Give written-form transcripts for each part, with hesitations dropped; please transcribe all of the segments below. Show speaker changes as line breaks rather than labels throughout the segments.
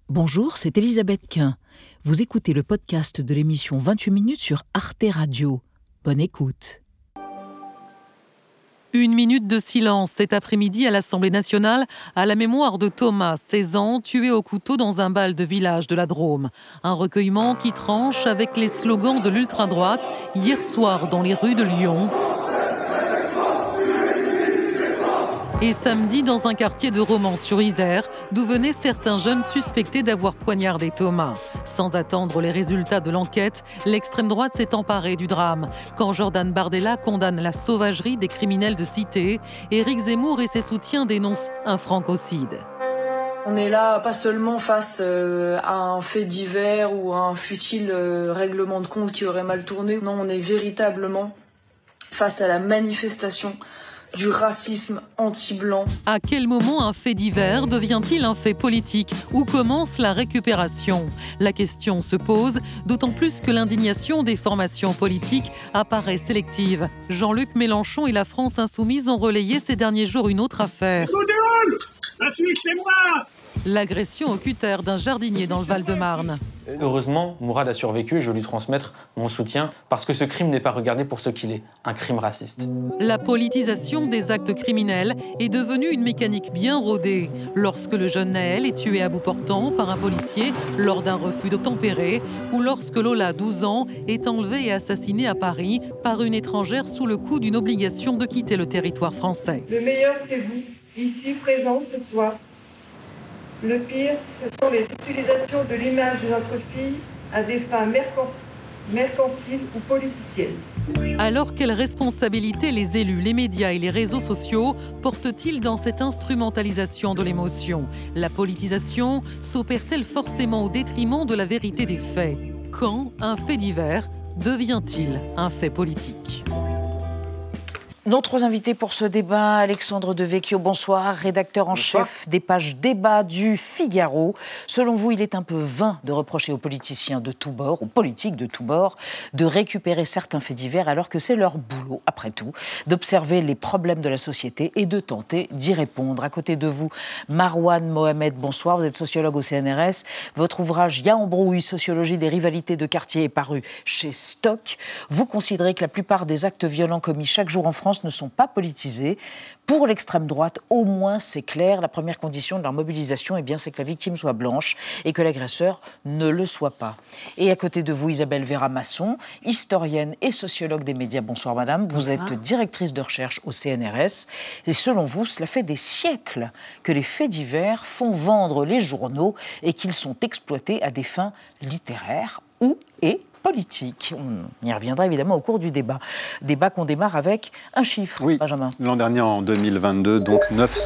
Bonjour, c'est Elisabeth Quint. Vous écoutez le podcast de l'émission 28 minutes sur Arte Radio. Bonne écoute.
Une minute de silence cet après-midi à l'Assemblée nationale à la mémoire de Thomas, 16 ans, tué au couteau dans un bal de village de la Drôme. Un recueillement qui tranche avec les slogans de l'ultra-droite hier soir dans les rues de Lyon. Et samedi dans un quartier de Romans-sur-Isère, d'où venaient certains jeunes suspectés d'avoir poignardé Thomas. Sans attendre les résultats de l'enquête, l'extrême droite s'est emparée du drame. Quand Jordan Bardella condamne la sauvagerie des criminels de cité, Éric Zemmour et ses soutiens dénoncent un francocide.
On est là pas seulement face à un fait divers ou à un futile règlement de compte qui aurait mal tourné. Non, on est véritablement face à la manifestation du racisme anti-blanc.
À quel moment un fait divers devient-il un fait politique? Où commence la récupération? La question se pose, d'autant plus que l'indignation des formations politiques apparaît sélective. Jean-Luc Mélenchon et la France insoumise ont relayé ces derniers jours une autre affaire.
La Suisse, c'est moi!
L'agression au cutter d'un jardinier dans le Val-de-Marne.
Heureusement, Mourad a survécu et je veux lui transmettre mon soutien parce que ce crime n'est pas regardé pour ce qu'il est, un crime raciste.
La politisation des actes criminels est devenue une mécanique bien rodée. Lorsque le jeune Naël est tué à bout portant par un policier lors d'un refus d'obtempérer ou lorsque Lola, 12 ans, est enlevée et assassinée à Paris par une étrangère sous le coup d'une obligation de quitter le territoire français.
Le meilleur, c'est vous, ici présents ce soir. Le pire, ce sont les utilisations de l'image de notre fille à des fins mercantiles ou politiciennes.
Alors, quelle responsabilité les élus, les médias et les réseaux sociaux portent-ils dans cette instrumentalisation de l'émotion? La politisation s'opère-t-elle forcément au détriment de la vérité des faits? Quand un fait divers devient-il un fait politique?
Nos trois invités pour ce débat, Alexandre Devecchio, bonsoir, rédacteur en chef des pages débat du Figaro. Selon vous, il est un peu vain de reprocher aux politiciens de tous bords, aux politiques de tous bords, de récupérer certains faits divers alors que c'est leur boulot, après tout, d'observer les problèmes de la société et de tenter d'y répondre. À côté de vous, Marwan Mohamed, bonsoir, vous êtes sociologue au CNRS. Votre ouvrage « Y'a embrouille, sociologie des rivalités de quartier » est paru chez Stock. Vous considérez que la plupart des actes violents commis chaque jour en France ne sont pas politisés. Pour l'extrême droite, au moins c'est clair, la première condition de leur mobilisation, c'est que la victime soit blanche et que l'agresseur ne le soit pas. Et à côté de vous, Isabelle Vera-Masson, historienne et sociologue des médias. Bonsoir madame, vous êtes directrice de recherche au CNRS. Et selon vous, cela fait des siècles que les faits divers font vendre les journaux et qu'ils sont exploités à des fins littéraires et politique. On y reviendra évidemment au cours du débat. Débat qu'on démarre avec un chiffre,
oui,
Benjamin.
L'an dernier, en 2022, donc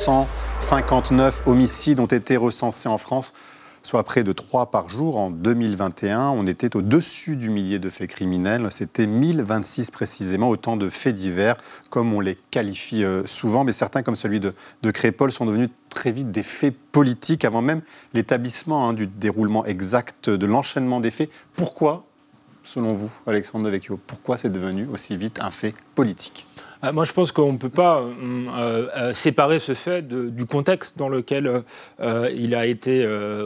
959 homicides ont été recensés en France, soit près de 3 par jour. En 2021, on était au-dessus du millier de faits criminels. C'était 1026 précisément, autant de faits divers, comme on les qualifie souvent. Mais certains, comme celui de Crépol, sont devenus très vite des faits politiques, avant même l'établissement du déroulement exact de l'enchaînement des faits. Pourquoi, selon vous, Alexandre Devecchio, pourquoi c'est devenu aussi vite un fait politique ?
Moi, je pense qu'on ne peut pas séparer ce fait du contexte dans lequel il a été...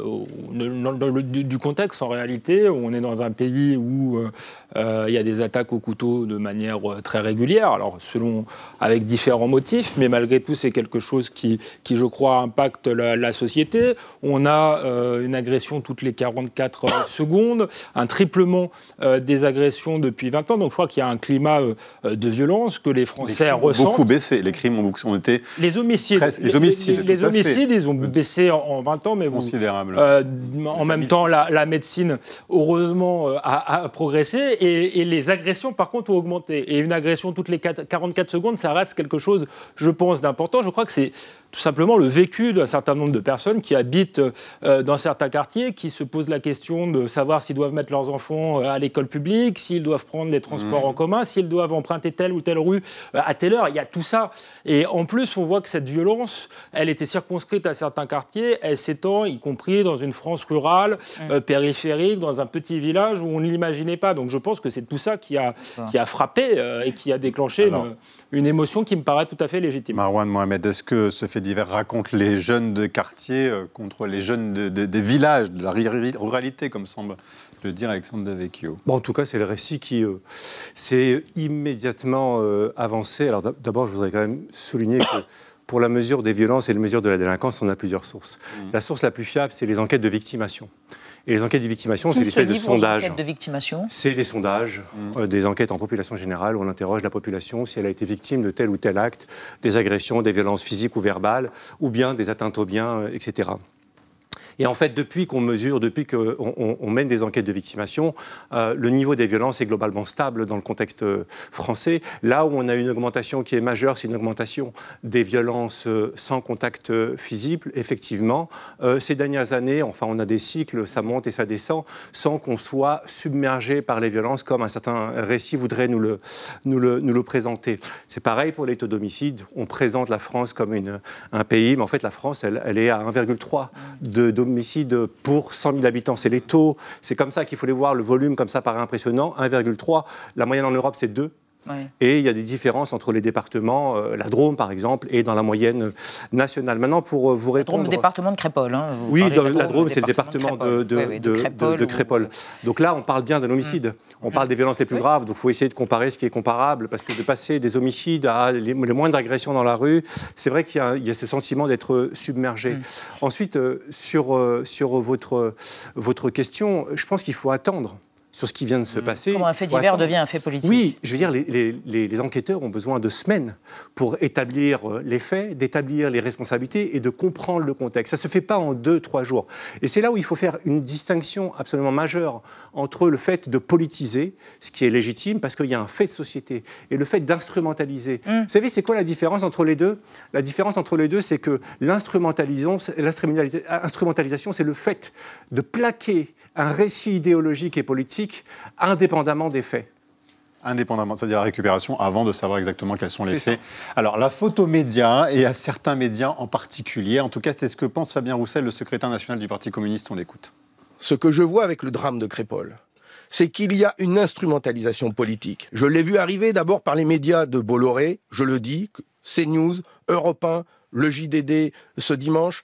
du contexte, en réalité, où on est dans un pays où il y a des attaques au couteau de manière très régulière, alors avec différents motifs, mais malgré tout, c'est quelque chose qui je crois, impacte la société. On a une agression toutes les 44 secondes, un triplement des agressions depuis 20 ans, donc je crois qu'il y a un climat de violence que les Français ressentent.
Beaucoup baissé, les crimes ont été...
Les homicides, ils ont baissé en 20 ans, mais
considérable.
En même temps, la médecine, heureusement, a progressé et les agressions, par contre, ont augmenté. Et une agression toutes les 44 secondes, ça reste quelque chose, je pense, d'important. Je crois que c'est tout simplement le vécu d'un certain nombre de personnes qui habitent dans certains quartiers, qui se posent la question de savoir s'ils doivent mettre leurs enfants à l'école publique, s'ils doivent prendre les transports en commun, s'ils doivent emprunter telle ou telle rue à telle heure. Il y a tout ça. Et en plus, on voit que cette violence, elle était circonscrite à certains quartiers, elle s'étend, y compris dans une France rurale, périphérique, dans un petit village où on ne l'imaginait pas. Donc je pense que c'est tout ça qui a frappé et qui a déclenché une émotion qui me paraît tout à fait légitime.
Marouane Mohamed, est-ce que ce fait divers raconte les jeunes de quartier contre les jeunes des villages, de la ruralité, comme semble le dire Alexandre Devecchio?
En tout cas, c'est le récit qui s'est immédiatement avancé. Alors d'abord, je voudrais quand même souligner que pour la mesure des violences et la mesure de la délinquance, on a plusieurs sources. La source la plus fiable, c'est les enquêtes de victimation. Et les enquêtes de victimation, c'est des faits de sondage.
Enquêtes de victimation ?
C'est des sondages, des enquêtes en population générale où on interroge la population si elle a été victime de tel ou tel acte, des agressions, des violences physiques ou verbales, ou bien des atteintes aux biens, etc. Et en fait, depuis qu'on mesure, depuis qu'on mène des enquêtes de victimation, le niveau des violences est globalement stable dans le contexte français. Là où on a une augmentation qui est majeure, c'est une augmentation des violences sans contact physique. Effectivement, ces dernières années, enfin, on a des cycles, ça monte et ça descend, sans qu'on soit submergé par les violences, comme un certain récit voudrait nous le présenter. C'est pareil pour les taux d'homicide. On présente la France comme un pays, mais en fait, la France, elle est à 1,3 d'homicide pour 100 000 habitants. C'est les taux, c'est comme ça qu'il faut les voir, le volume comme ça paraît impressionnant, 1,3. La moyenne en Europe, c'est 2. Ouais. Et il y a des différences entre les départements, la Drôme par exemple, et dans la moyenne nationale. Maintenant, pour vous répondre...
Le département de Crépol.
Oui, dans la Drôme, c'est le département de Crépol. Donc là, on parle bien d'un homicide. On parle des violences les plus graves, donc il faut essayer de comparer ce qui est comparable, parce que de passer des homicides à les moindres agressions dans la rue, c'est vrai qu'il y a ce sentiment d'être submergé. Ensuite, sur votre question, je pense qu'il faut attendre sur ce qui vient de se passer.
Comment un fait divers devient un fait politique?
Oui, je veux dire, les enquêteurs ont besoin de semaines pour établir les faits, d'établir les responsabilités et de comprendre le contexte. Ça ne se fait pas en 2-3 jours. Et c'est là où il faut faire une distinction absolument majeure entre le fait de politiser, ce qui est légitime, parce qu'il y a un fait de société, et le fait d'instrumentaliser. Vous savez, c'est quoi la différence entre les deux? La différence entre les deux, c'est que l'instrumentalisation, c'est le fait de plaquer un récit idéologique et politique indépendamment des faits.
Indépendamment, c'est-à-dire la récupération avant de savoir exactement quels sont les faits. Alors, la photomédia, et à certains médias en particulier, en tout cas, c'est ce que pense Fabien Roussel, le secrétaire national du Parti communiste, on l'écoute.
Ce que je vois avec le drame de Crépol, c'est qu'il y a une instrumentalisation politique. Je l'ai vu arriver d'abord par les médias de Bolloré, je le dis, CNews, Europe 1, le JDD ce dimanche.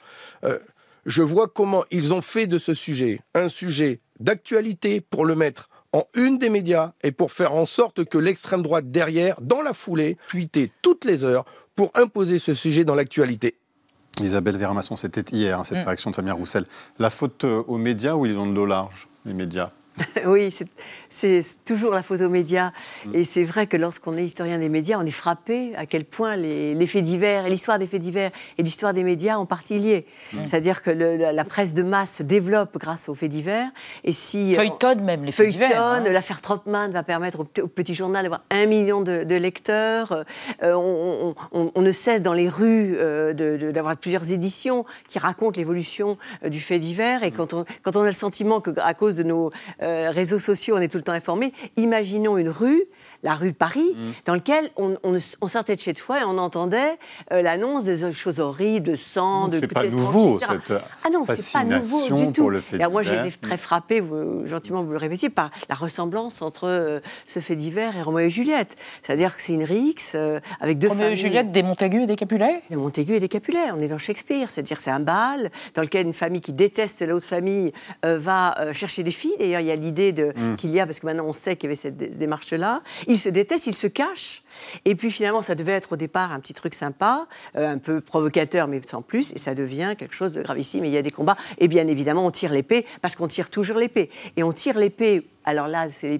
Je vois comment ils ont fait de ce sujet un sujet d'actualité pour le mettre en une des médias et pour faire en sorte que l'extrême droite derrière, dans la foulée, tweetait toutes les heures pour imposer ce sujet dans l'actualité.
Isabelle Vermasson, c'était hier, cette réaction de Fabien Roussel. La faute aux médias ou ils ont le dos large, les médias?
Oui, c'est toujours la faute aux médias. Et c'est vrai que lorsqu'on est historien des médias, on est frappé à quel point les faits divers, et l'histoire des faits divers et l'histoire des médias ont partie liée. C'est-à-dire que la presse de masse se développe grâce aux faits divers. Et si
feuilletonne même les faits divers.
L'affaire Troppmann va permettre au petit journal d'avoir 1 million de lecteurs. On ne cesse dans les rues d'avoir plusieurs éditions qui racontent l'évolution du fait divers. Et quand on a le sentiment qu'à cause de nos réseaux sociaux, on est tout le temps informé. Imaginons une rue, la rue de Paris, dans laquelle on sortait de chez soi et on entendait l'annonce des choses horribles, de sang, de...
C'est pas nouveau,
etc.
cette
Ah non, c'est pas nouveau du tout. Alors moi, j'ai été très frappée, gentiment vous le répétiez, par la ressemblance entre ce fait divers et Roméo et Juliette. C'est-à-dire que c'est une rixe avec deux familles...
Roméo et Juliette, des Montaigu et des Capulet?
Des Montaigu et des Capulet, on est dans Shakespeare. C'est-à-dire c'est un bal dans lequel une famille qui déteste l'autre famille va chercher des filles. D'ailleurs, il y a l'idée qu'il y a, parce que maintenant on sait qu'il y avait cette démarche-là. Ils se détestent, ils se cachent. Et puis finalement, ça devait être au départ un petit truc sympa, un peu provocateur, mais sans plus. Et ça devient quelque chose de gravissime. Et il y a des combats. Et bien évidemment, on tire l'épée, parce qu'on tire toujours l'épée. Et on tire l'épée... Alors là, c'est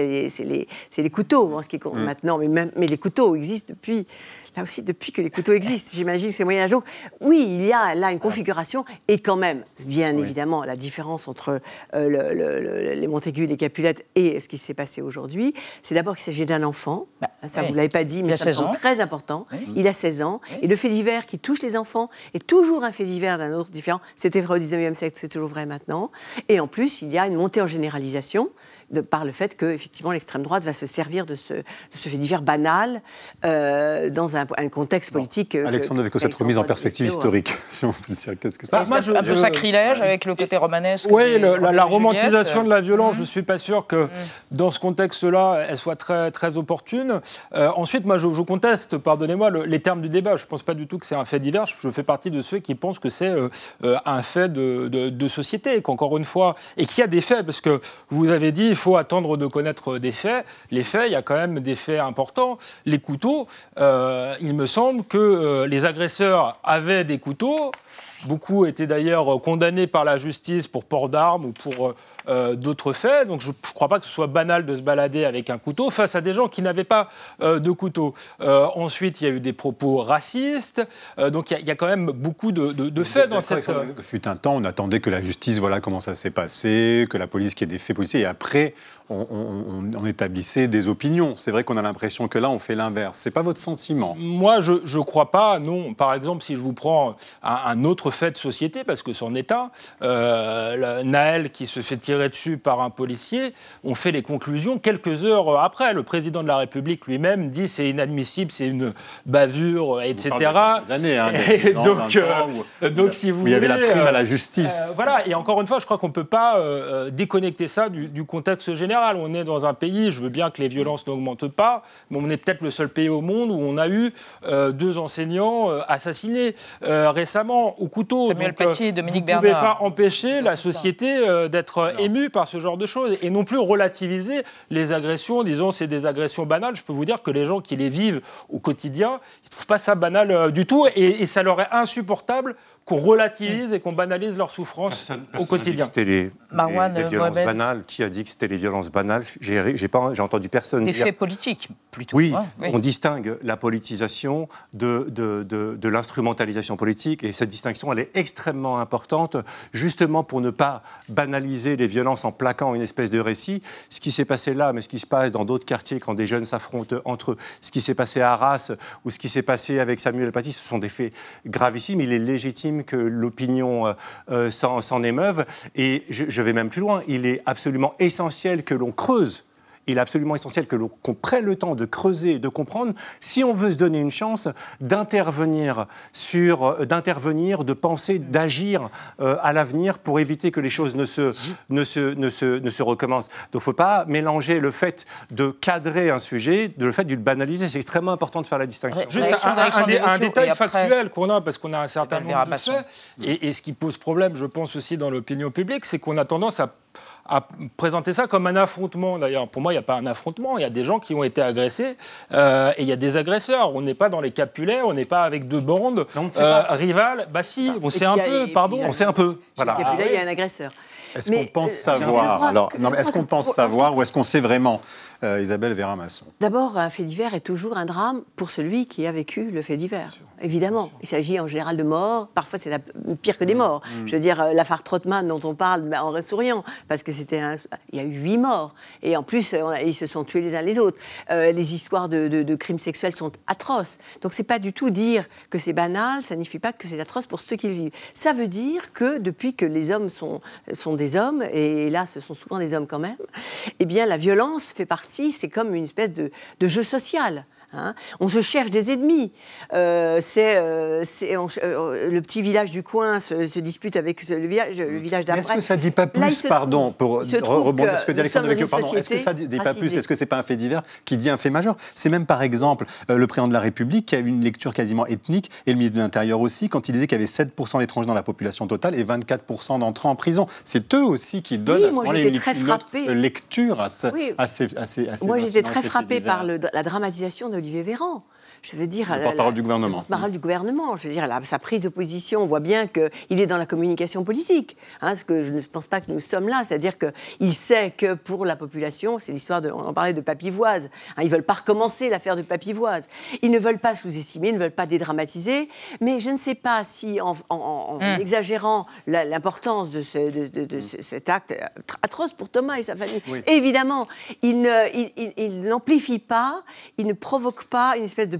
les couteaux, en ce qui compte maintenant. Mais les couteaux existent depuis... Là aussi, depuis que les couteaux existent, j'imagine que c'est le Moyen-Âge. Donc, oui, il y a là une configuration, et quand même, bien évidemment, la différence entre les Montaigu, les Capulettes et ce qui s'est passé aujourd'hui, c'est d'abord qu'il s'agit d'un enfant. Ça, vous ne l'avez pas dit, mais ça me semble très important. Il a 16 ans. Et le fait divers qui touche les enfants est toujours un fait divers d'un autre différent. C'était vrai au XIXe siècle, c'est toujours vrai maintenant. Et en plus, il y a une montée en généralisation. par le fait que effectivement l'extrême droite va se servir de ce fait divers banal dans un contexte politique.
Alexandre de Vecchio, cette remise en perspective historique, si on peut dire, qu'est-ce que ça
c'est un peu sacrilège avec le côté romanesque.
Oui, la romantisation de la violence, je ne suis pas sûr que dans ce contexte-là, elle soit très, très opportune. Ensuite, moi, je conteste, pardonnez-moi, les termes du débat. Je ne pense pas du tout que c'est un fait divers. Je fais partie de ceux qui pensent que c'est un fait de société, qu'encore une fois, et qu'il y a des faits, parce que vous avez dit il faut attendre de connaître des faits. Les faits, il y a quand même des faits importants. Les couteaux, il me semble que les agresseurs avaient des couteaux. Beaucoup étaient d'ailleurs condamnés par la justice pour port d'armes ou pour d'autres faits. Donc je ne crois pas que ce soit banal de se balader avec un couteau face à des gens qui n'avaient pas de couteau. Ensuite, il y a eu des propos racistes. Donc il y a quand même beaucoup de faits dans cette...
Il fut un temps, on attendait que la justice, voilà comment ça s'est passé, que la police, qu'il y ait des faits policiers, et après... On établissait des opinions. C'est vrai qu'on a l'impression que là, on fait l'inverse. Ce n'est pas votre sentiment?
Moi, je ne crois pas, non. Par exemple, si je vous prends un autre fait de société, parce que c'en est un, Naël qui se fait tirer dessus par un policier, on fait les conclusions quelques heures après. Le président de la République lui-même dit c'est inadmissible, c'est une bavure, etc.
Des années, hein,
donc, si vous voulez...
Il y avait la prime à la justice.
Voilà, et encore une fois, je crois qu'on ne peut pas déconnecter ça du contexte général. On est dans un pays, je veux bien que les violences n'augmentent pas, mais on est peut-être le seul pays au monde où on a eu 2 enseignants assassinés récemment au couteau.
Samuel Paty et Dominique Bernard.
Vous ne pouvez pas empêcher la société d'être émue par ce genre de choses et non plus relativiser les agressions en disant c'est des agressions banales. Je peux vous dire que les gens qui les vivent au quotidien, ils ne trouvent pas ça banal du tout et ça leur est insupportable qu'on relativise et qu'on banalise leur souffrance au quotidien.
C'était les violences banales. Qui a dit que c'était les violences banales? J'ai entendu personne dire...
Des faits politiques, plutôt.
Oui, on distingue la politisation de l'instrumentalisation politique, et cette distinction, elle est extrêmement importante, justement pour ne pas banaliser les violences en plaquant une espèce de récit. Ce qui s'est passé là, mais ce qui se passe dans d'autres quartiers quand des jeunes s'affrontent entre eux, ce qui s'est passé à Arras ou ce qui s'est passé avec Samuel Paty, ce sont des faits gravissimes. Il est légitime que l'opinion s'en émeuve. Et je vais même plus loin. Il est absolument essentiel que l'on creuse. Il est absolument essentiel qu'on prenne le temps de creuser, de comprendre, si on veut se donner une chance d'intervenir, de penser, d'agir à l'avenir pour éviter que les choses ne se recommencent. Donc il ne faut pas mélanger le fait de cadrer un sujet, le fait de le banaliser. C'est extrêmement important de faire la distinction.
Juste un détail factuel qu'on a, parce qu'on a un certain nombre de faits, et ce qui pose problème, je pense aussi dans l'opinion publique, c'est qu'on a tendance à présenter ça comme un affrontement. D'ailleurs, pour moi, il n'y a pas un affrontement. Il y a des gens qui ont été agressés et il y a des agresseurs. On n'est pas dans les Capulets, on n'est pas avec 2 bandes rivales. Bah si, on sait un peu, pardon.
On sait un peu.
Voilà. Chez Capulets, il y a un agresseur.
Est-ce qu'on pense savoir est-ce qu'on pense savoir ou est-ce qu'on sait vraiment Isabelle Vera-Masson?
D'abord, un fait divers est toujours un drame pour celui qui a vécu le fait divers. Évidemment. Il s'agit en général de morts. Parfois, c'est pire que des morts. Je veux dire, l'affaire Trottmann dont on parle en souriant, parce que il y a eu 8 morts. Et en plus, ils se sont tués les uns les autres. Les histoires de crimes sexuels sont atroces. Donc, c'est pas du tout dire que c'est banal, ça ne signifie pas que c'est atroce pour ceux qui le vivent. Ça veut dire que depuis que les hommes sont des hommes, et là, ce sont souvent des hommes quand même, eh bien, la violence fait partie. C'est comme une espèce de jeu social. Hein. On se cherche des ennemis. Le petit village du coin se dispute avec le village d'après.
Est-ce que ça ne dit pas plus, pardon, pour rebondir sur ce que dit Alexandre de Vecchio, pardon, est-ce que ça ne dit pas plus, est-ce que ce n'est pas un fait divers qui dit un fait majeur? C'est même par exemple le président de la République qui a eu une lecture quasiment ethnique, et le ministre de l'Intérieur aussi, quand il disait qu'il y avait 7% d'étrangers dans la population totale et 24% d'entrées en prison. C'est eux aussi qui donnent à ce moment-là une lecture à ces
Moi, j'étais très frappée par la dramatisation d'Olivier Véran. Je veux dire,
le porte-parole du gouvernement.
Le porte-parole du gouvernement. Je veux dire, sa prise de position, on voit bien qu'il est dans la communication politique. Hein, ce que je ne pense pas que nous sommes là. C'est-à-dire qu'il sait que pour la population, c'est l'histoire on en parlait de Papivoise. Hein, ils ne veulent pas recommencer l'affaire de Papivoise. Ils ne veulent pas sous-estimer, ils ne veulent pas dédramatiser. Mais je ne sais pas si, en exagérant l'importance de cet acte atroce pour Thomas et sa famille, évidemment, il n'amplifie pas, il ne provoque pas une espèce de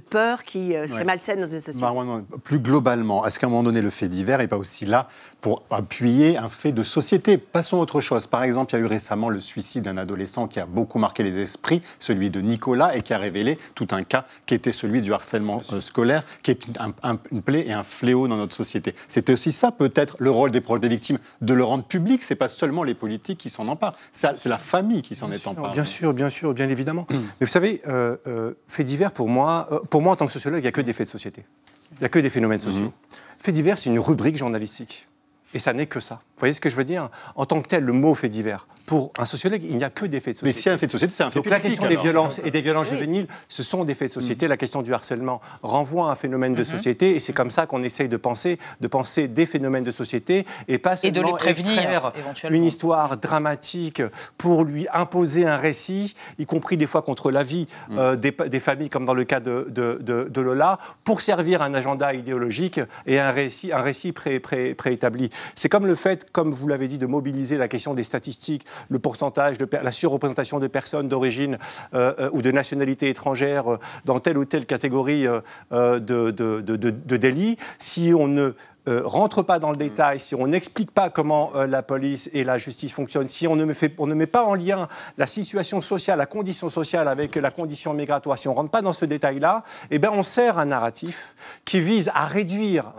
peur qui serait malsaine dans une société.
Plus globalement, est-ce qu'à un moment donné, le fait divers n'est pas aussi là pour appuyer un fait de société? Passons à autre chose. Par exemple, il y a eu récemment le suicide d'un adolescent qui a beaucoup marqué les esprits, celui de Nicolas, et qui a révélé tout un cas qui était celui du harcèlement scolaire, qui est une plaie et un fléau dans notre société. C'était aussi ça, peut-être, le rôle des proches des victimes, de le rendre public. Ce n'est pas seulement les politiques qui s'en emparent, c'est la famille qui s'en est emparée.
Bien sûr, bien évidemment. Mais vous savez, faits divers, pour moi, en tant que sociologue, il n'y a que des faits de société. Il n'y a que des phénomènes sociaux. Faits divers, c'est une rubrique journalistique. Et ça n'est que ça. Vous voyez ce que je veux dire? En tant que tel, le mot fait divers, pour un sociologue, il n'y a que des faits de société.
Mais s'il y a un fait de société, c'est un fait
politique. Donc la question des violences et des violences juvéniles, ce sont des faits de société. La question du harcèlement renvoie à un phénomène de société, et c'est comme ça qu'on essaye de penser des phénomènes de société, et pas seulement extraire une histoire dramatique pour lui imposer un récit, y compris des fois contre l'avis des familles, comme dans le cas de Lola, pour servir un agenda idéologique et un récit préétabli. C'est comme le fait, comme vous l'avez dit, de mobiliser la question des statistiques, le pourcentage, la surreprésentation de personnes d'origine ou de nationalité étrangère dans telle ou telle catégorie de délit. Si on ne rentre pas dans le détail, si on n'explique pas comment la police et la justice fonctionnent, si on ne met pas en lien la situation sociale, la condition sociale avec la condition migratoire, si on ne rentre pas dans ce détail-là, eh bien on sert un narratif qui vise à réduire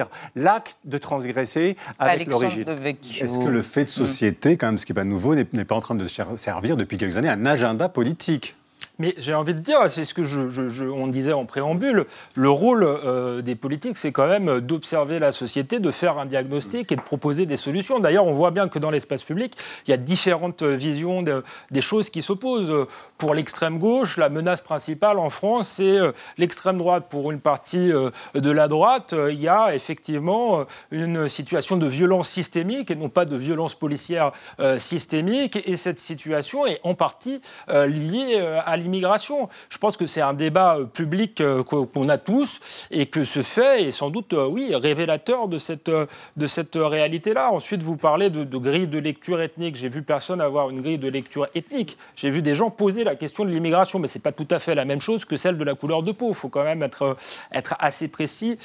l'acte de transgresser avec l'origine.
Est-ce que le fait de société, quand même, ce qui n'est pas nouveau, n'est pas en train de servir depuis quelques années un agenda politique ?
Mais j'ai envie de dire, c'est ce que on disait en préambule, le rôle des politiques, c'est quand même d'observer la société, de faire un diagnostic et de proposer des solutions. D'ailleurs, on voit bien que dans l'espace public, il y a différentes visions des choses qui s'opposent. Pour l'extrême gauche, la menace principale en France, c'est l'extrême droite. Pour une partie de la droite, il y a effectivement une situation de violence systémique et non pas de violence policière systémique. Et cette situation est en partie liée à l'immigration. Je pense que c'est un débat public qu'on a tous et que ce fait est sans doute, révélateur de cette réalité-là. Ensuite, vous parlez de grille de lecture ethnique. J'ai vu personne avoir une grille de lecture ethnique. J'ai vu des gens poser la question de l'immigration, mais c'est pas tout à fait la même chose que celle de la couleur de peau. Il faut quand même être assez précis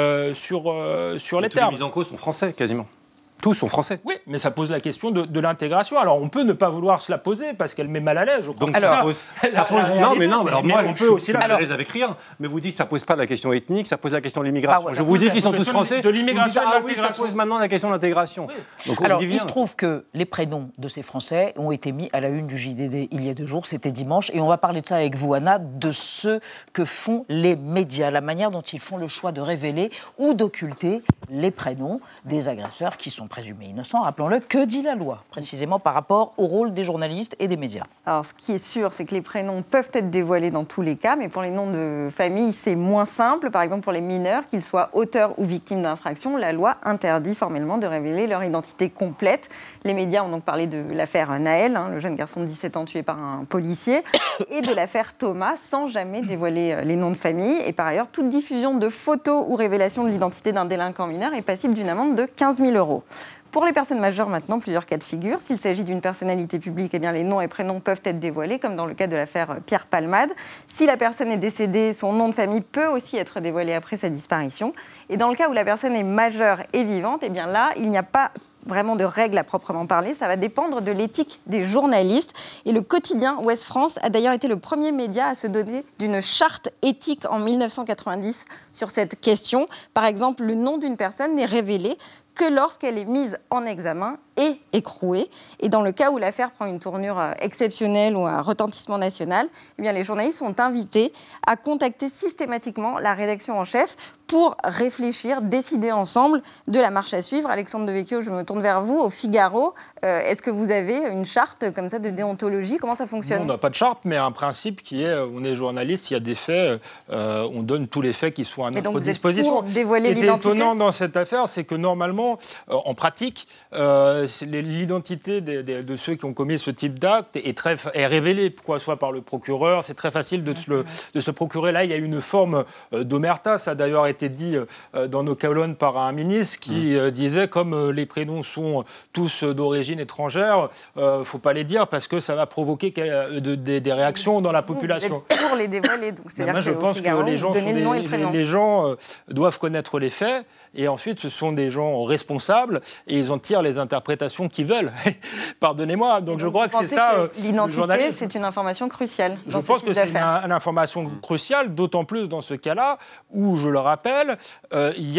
sur les termes.
Tous les mis en cause sont français, quasiment. Tous sont français.
Oui, mais ça pose la question de l'intégration. Alors, on peut ne pas vouloir se la poser parce qu'elle met mal à l'aise.
Donc, ça pose non, mais alors moi, on peut aussi mal à l'aise avec rien. Mais vous dites que ça pose pas la question ethnique, ça pose la question de l'immigration. Je vous dis qu'ils sont tous français.
De l'immigration,
oui, ça pose maintenant la question de l'intégration.
Oui. Alors, il se trouve que les prénoms de ces Français ont été mis à la une du JDD il y a 2 jours, c'était dimanche, et on va parler de ça avec vous, Anna, de ce que font les médias, la manière dont ils font le choix de révéler ou d'occulter les prénoms des agresseurs qui sont présumés innocents. Rappelons-le, que dit la loi, précisément par rapport au rôle des journalistes et des médias?
Alors, ce qui est sûr, c'est que les prénoms peuvent être dévoilés dans tous les cas, mais pour les noms de famille, c'est moins simple. Par exemple, pour les mineurs, qu'ils soient auteurs ou victimes d'infractions, la loi interdit formellement de révéler leur identité complète. Les médias ont donc parlé de l'affaire Naël, le jeune garçon de 17 ans tué par un policier, et de l'affaire Thomas, sans jamais dévoiler les noms de famille. Et par ailleurs, toute diffusion de photos ou révélation de l'identité d'un délinquant mineur est passible d'une amende de 15 000 €. Pour les personnes majeures, maintenant, plusieurs cas de figure. S'il s'agit d'une personnalité publique, eh bien, les noms et prénoms peuvent être dévoilés, comme dans le cas de l'affaire Pierre Palmade. Si la personne est décédée, son nom de famille peut aussi être dévoilé après sa disparition. Et dans le cas où la personne est majeure et vivante, eh bien là, il n'y a pas vraiment de règles à proprement parler, ça va dépendre de l'éthique des journalistes. Et le quotidien Ouest France a d'ailleurs été le premier média à se doter d'une charte éthique en 1990 sur cette question. Par exemple, le nom d'une personne n'est révélé que lorsqu'elle est mise en examen et écrouée. Et dans le cas où l'affaire prend une tournure exceptionnelle ou un retentissement national, eh bien, les journalistes sont invités à contacter systématiquement la rédaction en chef pour réfléchir, décider ensemble de la marche à suivre. Alexandre Devecchio, je me tourne vers vous, au Figaro. Est-ce que vous avez une charte comme ça de déontologie? Comment ça fonctionne?
Non, on n'a pas de charte, mais un principe qui est, on est journaliste, il y a des faits, on donne tous les faits qui sont à notre disposition.
Pour dévoiler
l'identité. Ce qui est
étonnant
dans cette affaire, c'est que normalement, en pratique, l'identité de ceux qui ont commis ce type d'acte est révélée, soit par le procureur. C'est très facile de se procurer. Là, il y a une forme d'omerta. Ça a d'ailleurs été dit dans nos colonnes par un ministre qui disait, comme les prénoms sont tous d'origine étrangère, faut pas les dire parce que ça va provoquer des réactions dans la population.
Vous êtes pour les dévoiler, donc
moi, je pense que les gens doivent connaître les faits, et ensuite ce sont des gens responsables et ils en tirent les interprétations qu'ils veulent. Pardonnez-moi. Donc je crois que c'est ça.
L'identité, c'est une information cruciale.
Je pense que c'est une information cruciale, d'autant plus dans ce cas-là où, je le rappelle, il y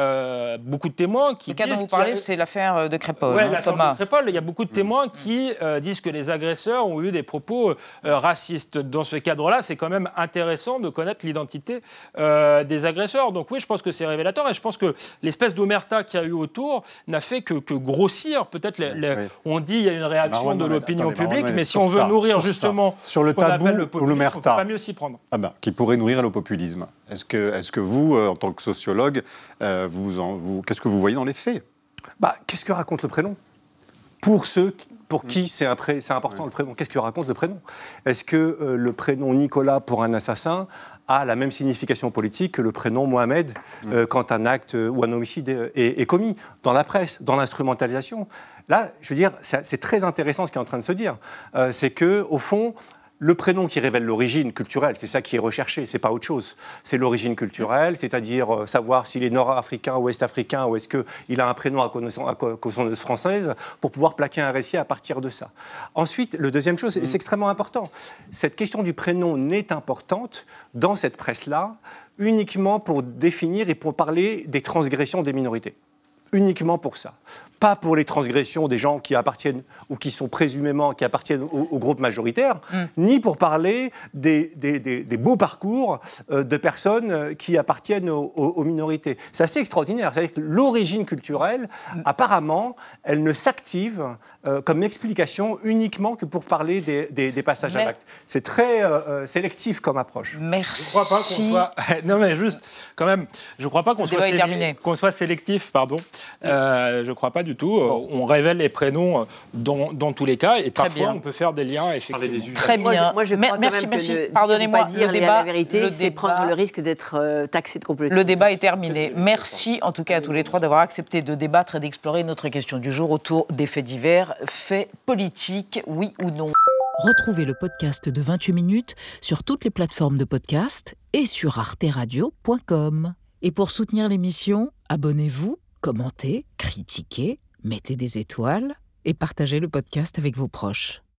a beaucoup de témoins qui disent...
Le cas dont vous parlez, c'est l'affaire de Crépol.
Oui, l'affaire de Crépol. Il y a beaucoup de témoins qui disent que les agresseurs ont eu des propos racistes. Dans ce cadre-là, c'est quand même intéressant de connaître l'identité des agresseurs. Donc oui, je pense que c'est révélateur, et je pense que l'espèce d'omerta qu'il y a eu autour n'a fait que grossir. Peut-être, on dit qu'il y a une réaction de l'opinion publique, mais si on veut nourrir justement
sur le tabou ou l'omerta,
on ne peut pas mieux s'y prendre.
Qui pourrait nourrir le populisme. Est-ce que vous, en tant que sociologue, qu'est-ce que vous voyez dans les faits ?
Qu'est-ce que raconte le prénom ? Pour ceux pour qui c'est important le prénom. Qu'est-ce que raconte le prénom ? Est-ce que le prénom Nicolas pour un assassin a la même signification politique que le prénom Mohamed quand un acte ou un homicide est commis ? Dans la presse, dans l'instrumentalisation. Là, je veux dire, c'est très intéressant ce qui est en train de se dire. C'est qu'au fond, le prénom qui révèle l'origine culturelle, c'est ça qui est recherché, c'est pas autre chose. C'est l'origine culturelle, c'est-à-dire savoir s'il est nord-africain ou est-africain, ou est-ce qu'il a un prénom à consonance française, pour pouvoir plaquer un récit à partir de ça. Ensuite, le deuxième chose, et c'est extrêmement important, cette question du prénom n'est importante dans cette presse-là uniquement pour définir et pour parler des transgressions des minorités. Uniquement pour ça. Pas pour les transgressions des gens qui appartiennent ou qui sont présumément qui appartiennent au groupe majoritaire, ni pour parler des beaux parcours de personnes qui appartiennent aux minorités. C'est assez extraordinaire. C'est-à-dire que l'origine culturelle, apparemment, elle ne s'active comme explication uniquement que pour parler des passages à l'acte. C'est très sélectif comme approche.
Merci.
Je ne crois pas qu'on soit... Non mais juste, quand même, je ne crois pas qu'on soit sélectif, pardon. Je ne crois pas du tout. On révèle les prénoms dans tous les cas, et parfois on peut faire des liens effectivement.
Très bien. Moi, je crois
merci.
Pardonnez-moi, dire la vérité, c'est
débat,
prendre le risque d'être taxé de complotisme.
Le débat est terminé. Merci en tout cas à tous les trois d'avoir accepté de débattre et d'explorer notre question du jour autour des faits divers. Faits politiques, oui ou non ?
Retrouvez le podcast de 28 minutes sur toutes les plateformes de podcast et sur arteradio.com. Et pour soutenir l'émission, abonnez-vous, commentez, critiquez, mettez des étoiles et partagez le podcast avec vos proches.